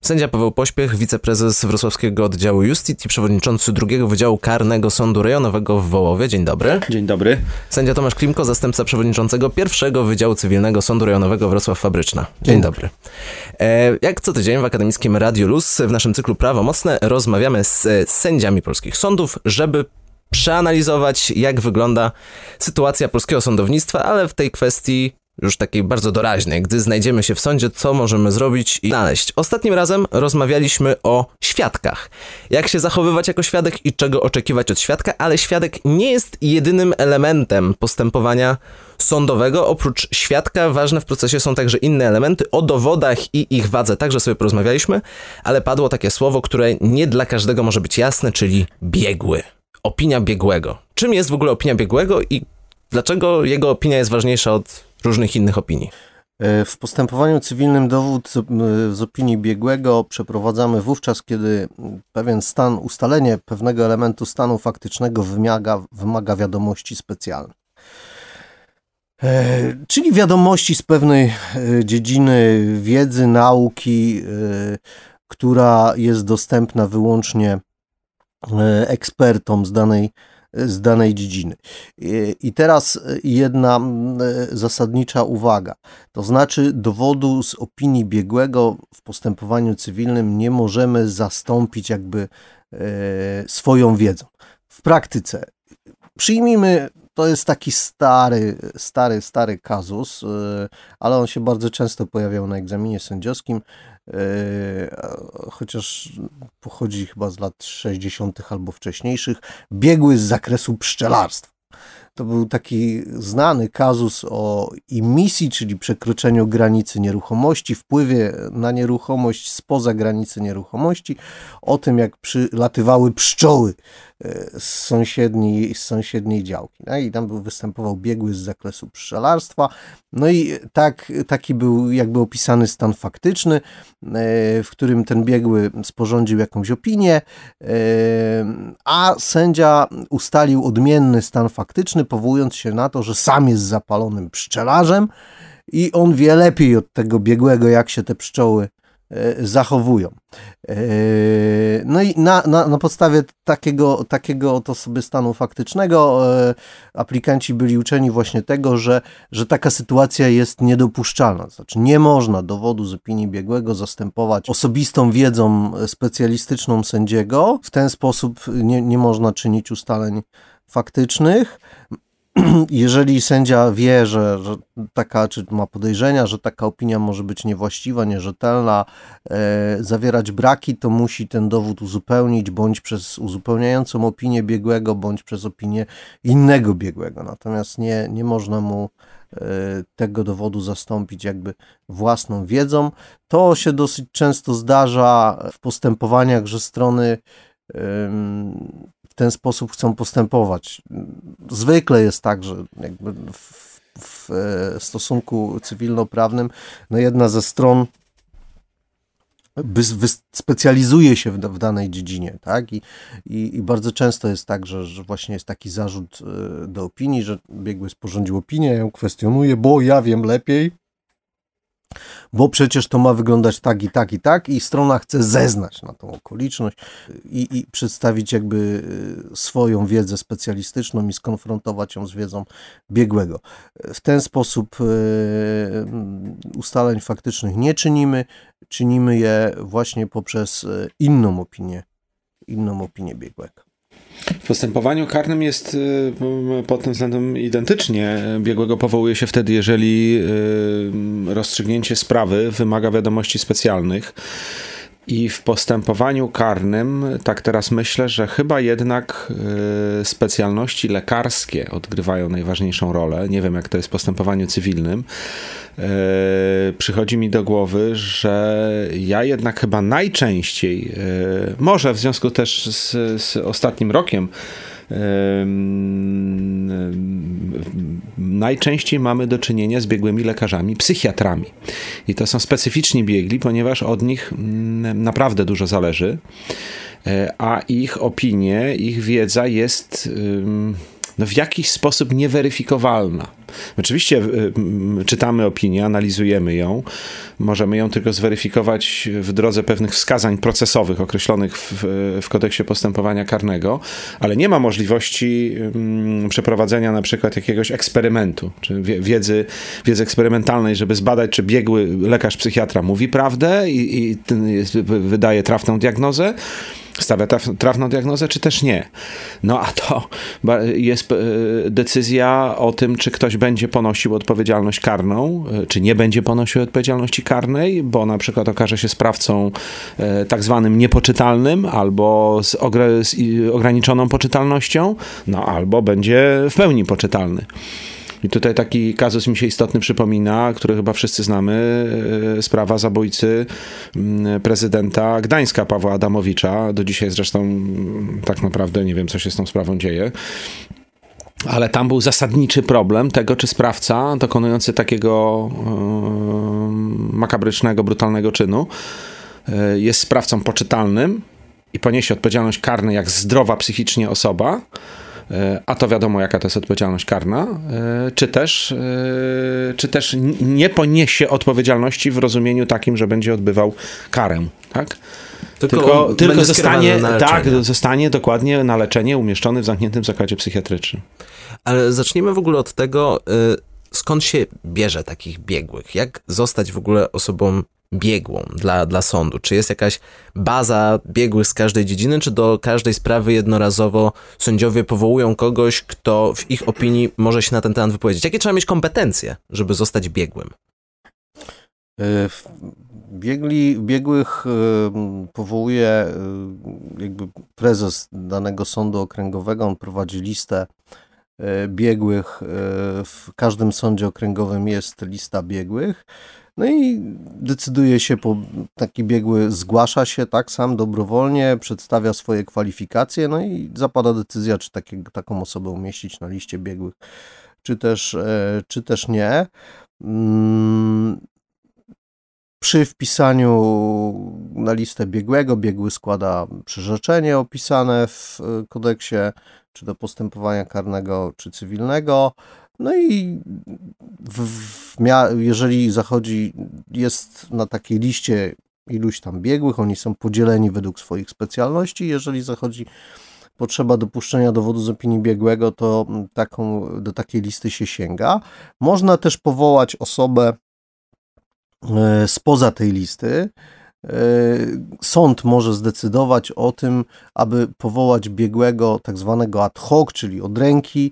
Sędzia Paweł Pośpiech, wiceprezes Wrocławskiego Oddziału Justit i przewodniczący drugiego Wydziału Karnego Sądu Rejonowego w Wołowie. Dzień dobry. Dzień dobry. Sędzia Tomasz Klimko, zastępca przewodniczącego pierwszego Wydziału Cywilnego Sądu Rejonowego Wrocław Fabryczna. Dzień dobry. Jak co tydzień w akademickim Radiu Luz w naszym cyklu Prawomocne rozmawiamy z sędziami polskich sądów, żeby przeanalizować, jak wygląda sytuacja polskiego sądownictwa, ale w tej kwestii już takiej bardzo doraźnej, gdy znajdziemy się w sądzie, co możemy zrobić i znaleźć. Ostatnim razem rozmawialiśmy o świadkach. Jak się zachowywać jako świadek i czego oczekiwać od świadka, ale świadek nie jest jedynym elementem postępowania sądowego. Oprócz świadka ważne w procesie są także inne elementy. O dowodach i ich wadze także sobie porozmawialiśmy, ale padło takie słowo, które nie dla każdego może być jasne, czyli biegły. Opinia biegłego. Czym jest w ogóle opinia biegłego i dlaczego jego opinia jest ważniejsza od różnych innych opinii? W postępowaniu cywilnym dowód z opinii biegłego przeprowadzamy wówczas, kiedy pewien stan, ustalenie pewnego elementu stanu faktycznego wymaga wiadomości specjalnej. Czyli wiadomości z pewnej dziedziny wiedzy, nauki, która jest dostępna wyłącznie ekspertom z danej dziedziny. I teraz jedna zasadnicza uwaga. To znaczy dowodu z opinii biegłego w postępowaniu cywilnym nie możemy zastąpić jakby swoją wiedzą. W praktyce przyjmijmy, to jest taki stary kazus, ale on się bardzo często pojawiał na egzaminie sędziowskim, chociaż pochodzi chyba z lat 60. albo wcześniejszych, biegły z zakresu pszczelarstwa. To był taki znany kazus o imisji, czyli przekroczeniu granicy nieruchomości, wpływie na nieruchomość spoza granicy nieruchomości, o tym jak przylatywały pszczoły z sąsiedniej działki. No i tam występował biegły z zakresu pszczelarstwa. No i taki był jakby opisany stan faktyczny, w którym ten biegły sporządził jakąś opinię, a sędzia ustalił odmienny stan faktyczny, powołując się na to, że sam jest zapalonym pszczelarzem i on wie lepiej od tego biegłego, jak się te pszczoły zachowują. No i na podstawie takiego oto sobie stanu faktycznego aplikanci byli uczeni właśnie tego, że taka sytuacja jest niedopuszczalna. Znaczy nie można dowodu z opinii biegłego zastępować osobistą wiedzą specjalistyczną sędziego. W ten sposób nie można czynić ustaleń faktycznych. Jeżeli sędzia wie, że czy ma podejrzenia, że taka opinia może być niewłaściwa, nierzetelna, zawierać braki, to musi ten dowód uzupełnić bądź przez uzupełniającą opinię biegłego, bądź przez opinię innego biegłego. Natomiast nie można mu tego dowodu zastąpić jakby własną wiedzą. To się dosyć często zdarza w postępowaniach, że strony w ten sposób chcą postępować. Zwykle jest tak, że jakby w stosunku cywilnoprawnym jedna ze stron specjalizuje się w danej dziedzinie, tak? I bardzo często jest tak, że właśnie jest taki zarzut do opinii, że biegły sporządził opinię, ja ją kwestionuję, bo ja wiem lepiej, bo przecież to ma wyglądać tak i tak i tak i strona chce zeznać na tą okoliczność i przedstawić jakby swoją wiedzę specjalistyczną i skonfrontować ją z wiedzą biegłego. W ten sposób ustaleń faktycznych nie czynimy je właśnie poprzez inną opinię biegłego. W postępowaniu karnym jest pod tym względem identycznie. Biegłego powołuje się wtedy, jeżeli rozstrzygnięcie sprawy wymaga wiadomości specjalnych. I w postępowaniu karnym, tak teraz myślę, że chyba jednak specjalności lekarskie odgrywają najważniejszą rolę. Nie wiem, jak to jest w postępowaniu cywilnym. Przychodzi mi do głowy, że ja jednak chyba najczęściej, może w związku też z ostatnim rokiem, najczęściej mamy do czynienia z biegłymi lekarzami, psychiatrami. I to są specyficzni biegli, ponieważ od nich naprawdę dużo zależy, a ich opinie, ich wiedza jest w jakiś sposób nieweryfikowalna. Oczywiście czytamy opinię, analizujemy ją, możemy ją tylko zweryfikować w drodze pewnych wskazań procesowych określonych w kodeksie postępowania karnego, ale nie ma możliwości przeprowadzenia na przykład jakiegoś eksperymentu, czy wiedzy eksperymentalnej, żeby zbadać, czy biegły lekarz psychiatra mówi prawdę i wydaje trafną diagnozę, stawia trafną diagnozę, czy też nie. No a to jest decyzja o tym, czy ktoś będzie ponosił odpowiedzialność karną, czy nie będzie ponosił odpowiedzialności karnej, bo na przykład okaże się sprawcą tak zwanym niepoczytalnym, albo z ograniczoną poczytalnością, no albo będzie w pełni poczytalny. I tutaj taki kazus mi się istotny przypomina, który chyba wszyscy znamy, sprawa zabójcy prezydenta Gdańska, Pawła Adamowicza. Do dzisiaj zresztą tak naprawdę nie wiem, co się z tą sprawą dzieje. Ale tam był zasadniczy problem tego, czy sprawca dokonujący takiego makabrycznego, brutalnego czynu jest sprawcą poczytalnym i poniesie odpowiedzialność karną jak zdrowa psychicznie osoba, a to wiadomo, jaka to jest odpowiedzialność karna, czy też nie poniesie odpowiedzialności w rozumieniu takim, że będzie odbywał karę, tak? Tylko zostanie dokładnie na leczenie umieszczony w zamkniętym zakładzie psychiatrycznym. Ale zacznijmy w ogóle od tego, skąd się bierze takich biegłych? Jak zostać w ogóle osobą biegłą dla sądu? Czy jest jakaś baza biegłych z każdej dziedziny, czy do każdej sprawy jednorazowo sędziowie powołują kogoś, kto w ich opinii może się na ten temat wypowiedzieć? Jakie trzeba mieć kompetencje, żeby zostać biegłym? Biegłych powołuje jakby prezes danego sądu okręgowego. On prowadzi listę biegłych. W każdym sądzie okręgowym jest lista biegłych. No i decyduje się, taki biegły zgłasza się tak sam dobrowolnie, przedstawia swoje kwalifikacje, no i zapada decyzja, czy taką osobę umieścić na liście biegłych, czy też nie. Przy wpisaniu na listę biegłego, biegły składa przyrzeczenie opisane w kodeksie, czy do postępowania karnego, czy cywilnego. No i jeżeli jest na takiej liście iluś tam biegłych, oni są podzieleni według swoich specjalności. Jeżeli zachodzi potrzeba dopuszczenia dowodu z opinii biegłego, to do takiej listy się sięga. Można też powołać osobę spoza tej listy. Sąd może zdecydować o tym, aby powołać biegłego tak zwanego ad hoc, czyli od ręki,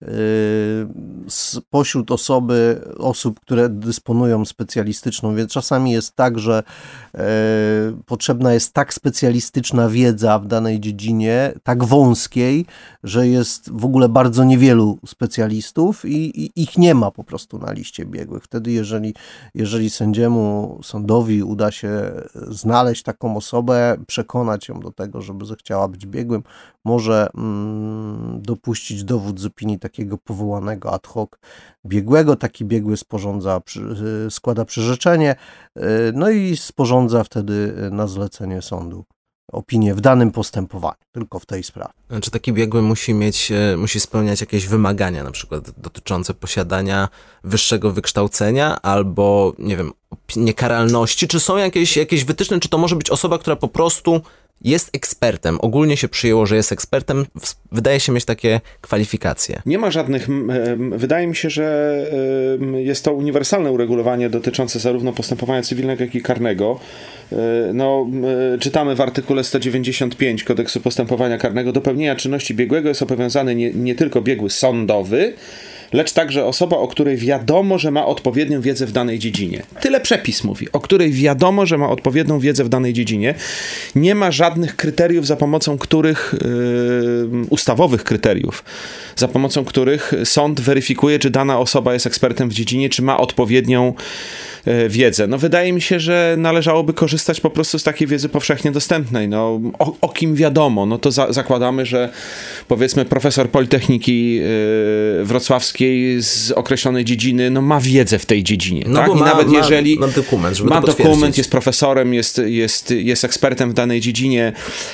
spośród osób, które dysponują specjalistyczną wiedzą. Czasami jest tak, że potrzebna jest tak specjalistyczna wiedza w danej dziedzinie, tak wąskiej, że jest w ogóle bardzo niewielu specjalistów i ich nie ma po prostu na liście biegłych. Wtedy jeżeli sędziemu, sądowi uda się znaleźć taką osobę, przekonać ją do tego, żeby zechciała być biegłym, może dopuścić dowód z opinii takiego powołanego ad hoc biegłego. Taki biegły składa przyrzeczenie, no i sporządza wtedy na zlecenie sądu opinię w danym postępowaniu, tylko w tej sprawie. Czy taki biegły musi spełniać jakieś wymagania, na przykład dotyczące posiadania wyższego wykształcenia albo, nie wiem, niekaralności? Czy są jakieś wytyczne, czy to może być osoba, która po prostu jest ekspertem? Ogólnie się przyjęło, że jest ekspertem, wydaje się mieć takie kwalifikacje. Nie ma żadnych, wydaje mi się, że jest to uniwersalne uregulowanie dotyczące zarówno postępowania cywilnego, jak i karnego. Czytamy w artykule 195 Kodeksu Postępowania Karnego: do pełnienia czynności biegłego jest obowiązany nie tylko biegły sądowy, lecz także osoba, o której wiadomo, że ma odpowiednią wiedzę w danej dziedzinie. Tyle przepis mówi, o której wiadomo, że ma odpowiednią wiedzę w danej dziedzinie. Nie ma żadnych kryteriów, za pomocą których, ustawowych kryteriów, za pomocą których sąd weryfikuje, czy dana osoba jest ekspertem w dziedzinie, czy ma odpowiednią wiedzę. No wydaje mi się, że należałoby korzystać po prostu z takiej wiedzy powszechnie dostępnej. No, o kim wiadomo, no to zakładamy, że powiedzmy profesor Politechniki Wrocławskiej z określonej dziedziny, no ma wiedzę w tej dziedzinie. No tak? bo I nawet jeżeli ma dokument, żeby ma to dokument, jest profesorem, jest ekspertem w danej dziedzinie,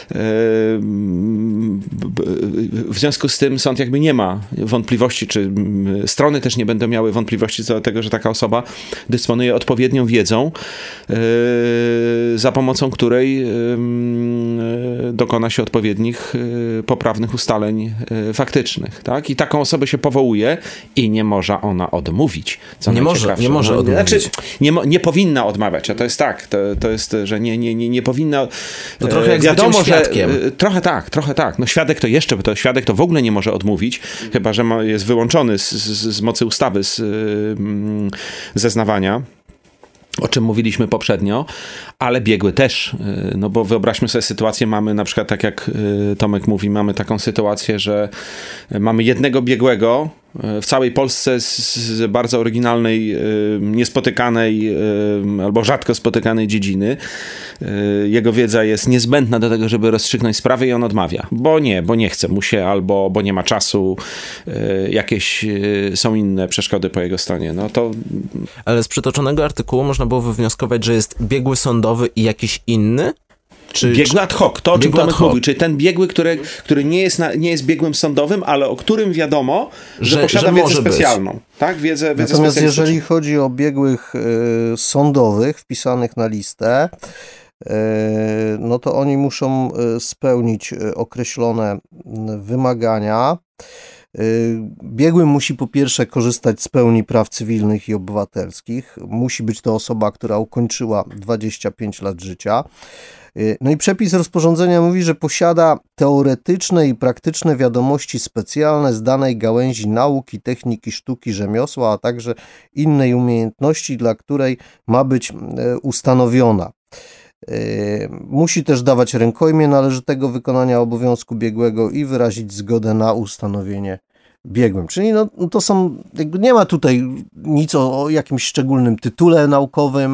w związku z tym sąd jakby nie ma wątpliwości, czy strony też nie będą miały wątpliwości co do tego, że taka osoba dysponuje odpowiednią wiedzą, za pomocą której dokona się odpowiednich poprawnych ustaleń faktycznych. Tak? I taką osobę się powołuje i nie może ona odmówić. Co nie może odmówić. Znaczy, nie powinna odmawiać, a to jest tak, to jest, że nie powinna. To trochę jak wiadomo, z świadkiem. Trochę tak. No świadek to w ogóle nie może odmówić, chyba że jest wyłączony z mocy ustawy z zeznawania, o czym mówiliśmy poprzednio, ale biegły też, no bo wyobraźmy sobie sytuację, mamy na przykład, tak jak Tomek mówi, mamy taką sytuację, że mamy jednego biegłego w całej Polsce z bardzo oryginalnej, niespotykanej albo rzadko spotykanej dziedziny. Jego wiedza jest niezbędna do tego, żeby rozstrzygnąć sprawę i on odmawia. Bo nie chce mu się, albo bo nie ma czasu, jakieś są inne przeszkody po jego stronie. No to... Ale z przytoczonego artykułu można było wywnioskować, że jest biegły sądowy i jakiś inny? Biegły ad hoc, to o czym Tomek mówił, czyli ten biegły, który nie jest biegłym sądowym, ale o którym wiadomo, że posiada wiedzę specjalną. Tak? Wiedzę Natomiast jeżeli chodzi o biegłych sądowych wpisanych na listę, no to oni muszą spełnić określone wymagania. Biegły musi po pierwsze korzystać z pełni praw cywilnych i obywatelskich. Musi być to osoba, która ukończyła 25 lat życia. No i przepis rozporządzenia mówi, że posiada teoretyczne i praktyczne wiadomości specjalne z danej gałęzi nauki, techniki, sztuki, rzemiosła, a także innej umiejętności, dla której ma być ustanowiona. Musi też dawać rękojmię należytego wykonania obowiązku biegłego i wyrazić zgodę na ustanowienie biegłym. Czyli no, to są, nie ma tutaj nic o jakimś szczególnym tytule naukowym,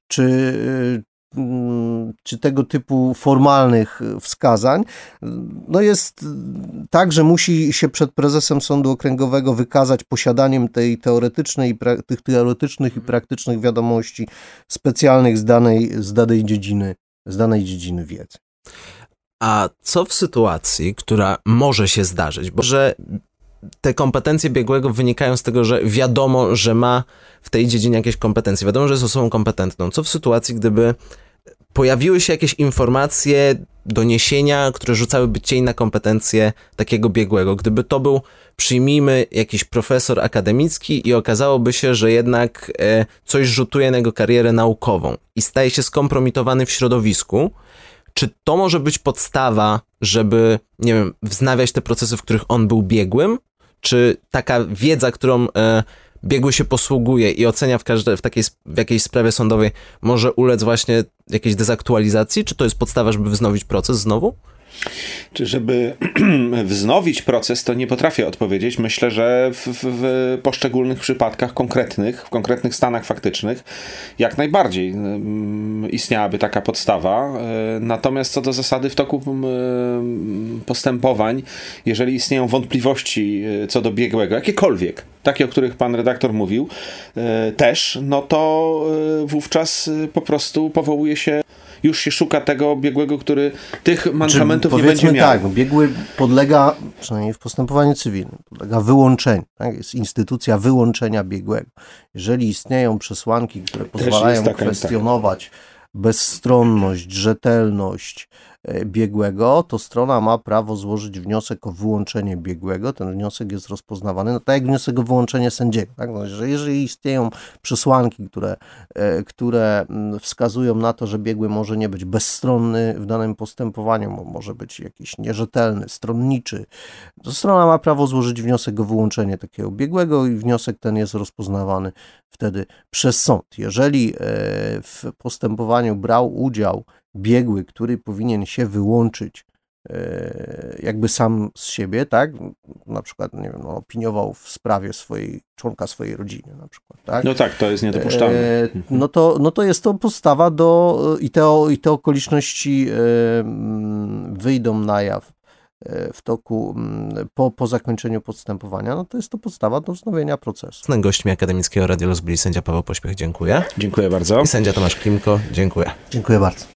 czy tego typu formalnych wskazań. No jest tak, że musi się przed prezesem Sądu Okręgowego wykazać posiadaniem tych teoretycznych i praktycznych wiadomości specjalnych z danej dziedziny wiedzy. A co w sytuacji, która może się zdarzyć, bo że te kompetencje biegłego wynikają z tego, że wiadomo, że ma w tej dziedzinie jakieś kompetencje, wiadomo, że jest osobą kompetentną. Co w sytuacji, gdyby pojawiły się jakieś informacje, doniesienia, które rzucałyby cień na kompetencje takiego biegłego? Gdyby to był, przyjmijmy, jakiś profesor akademicki i okazałoby się, że jednak coś rzutuje na jego karierę naukową i staje się skompromitowany w środowisku, czy to może być podstawa, żeby, nie wiem, wznawiać te procesy, w których on był biegłym? Czy taka wiedza, którą biegły się posługuje i ocenia w jakiejś sprawie sądowej, może ulec właśnie jakiejś dezaktualizacji? Czy to jest podstawa, żeby wznowić proces znowu? Czy żeby wznowić proces, to nie potrafię odpowiedzieć. Myślę, że w poszczególnych przypadkach konkretnych, w konkretnych stanach faktycznych, jak najbardziej istniałaby taka podstawa. Natomiast co do zasady w toku postępowań, jeżeli istnieją wątpliwości co do biegłego, jakiekolwiek, takie, o których pan redaktor mówił, też, no to wówczas po prostu powołuje się, już się szuka tego biegłego, który tych mankamentów nie będzie miał. Tak, biegły podlega, przynajmniej w postępowaniu cywilnym, podlega wyłączeniu. Tak? Jest instytucja wyłączenia biegłego. Jeżeli istnieją przesłanki, które pozwalają kwestionować bezstronność, rzetelność biegłego, to strona ma prawo złożyć wniosek o wyłączenie biegłego. Ten wniosek jest rozpoznawany, no tak jak wniosek o wyłączenie sędziego. Tak? No, że jeżeli istnieją przesłanki, które wskazują na to, że biegły może nie być bezstronny w danym postępowaniu, może być jakiś nierzetelny, stronniczy, to strona ma prawo złożyć wniosek o wyłączenie takiego biegłego i wniosek ten jest rozpoznawany wtedy przez sąd. Jeżeli w postępowaniu brał udział biegły, który powinien się wyłączyć jakby sam z siebie, tak? Na przykład, nie wiem, opiniował w sprawie członka swojej rodziny na przykład, tak? No tak, to jest niedopuszczalne. No to jest to podstawa i te okoliczności wyjdą na jaw w toku, po zakończeniu postępowania, no to jest to podstawa do wznowienia procesu. Gośćmi Akademickiego Radia Luz byli sędzia Paweł Pośpiech, dziękuję. Dziękuję bardzo. I sędzia Tomasz Klimko, dziękuję. Dziękuję bardzo.